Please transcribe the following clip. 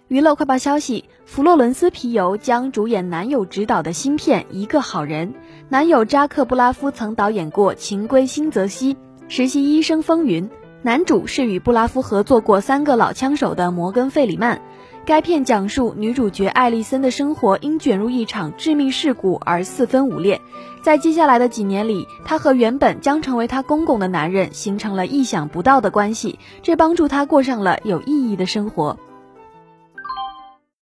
娱乐快报消息，佛罗伦斯皮尤将主演男友执导的新片《一个好人》。男友扎克布拉夫曾导演过《情归新泽西》《实习医生风云》，男主是与布拉夫合作过《3个老枪手》的摩根·费里曼。该片讲述女主角艾丽森的生活因卷入一场致命事故而四分五裂，在接下来的几年里，她和原本将成为她公公的男人形成了意想不到的关系，这帮助她过上了有意义的生活。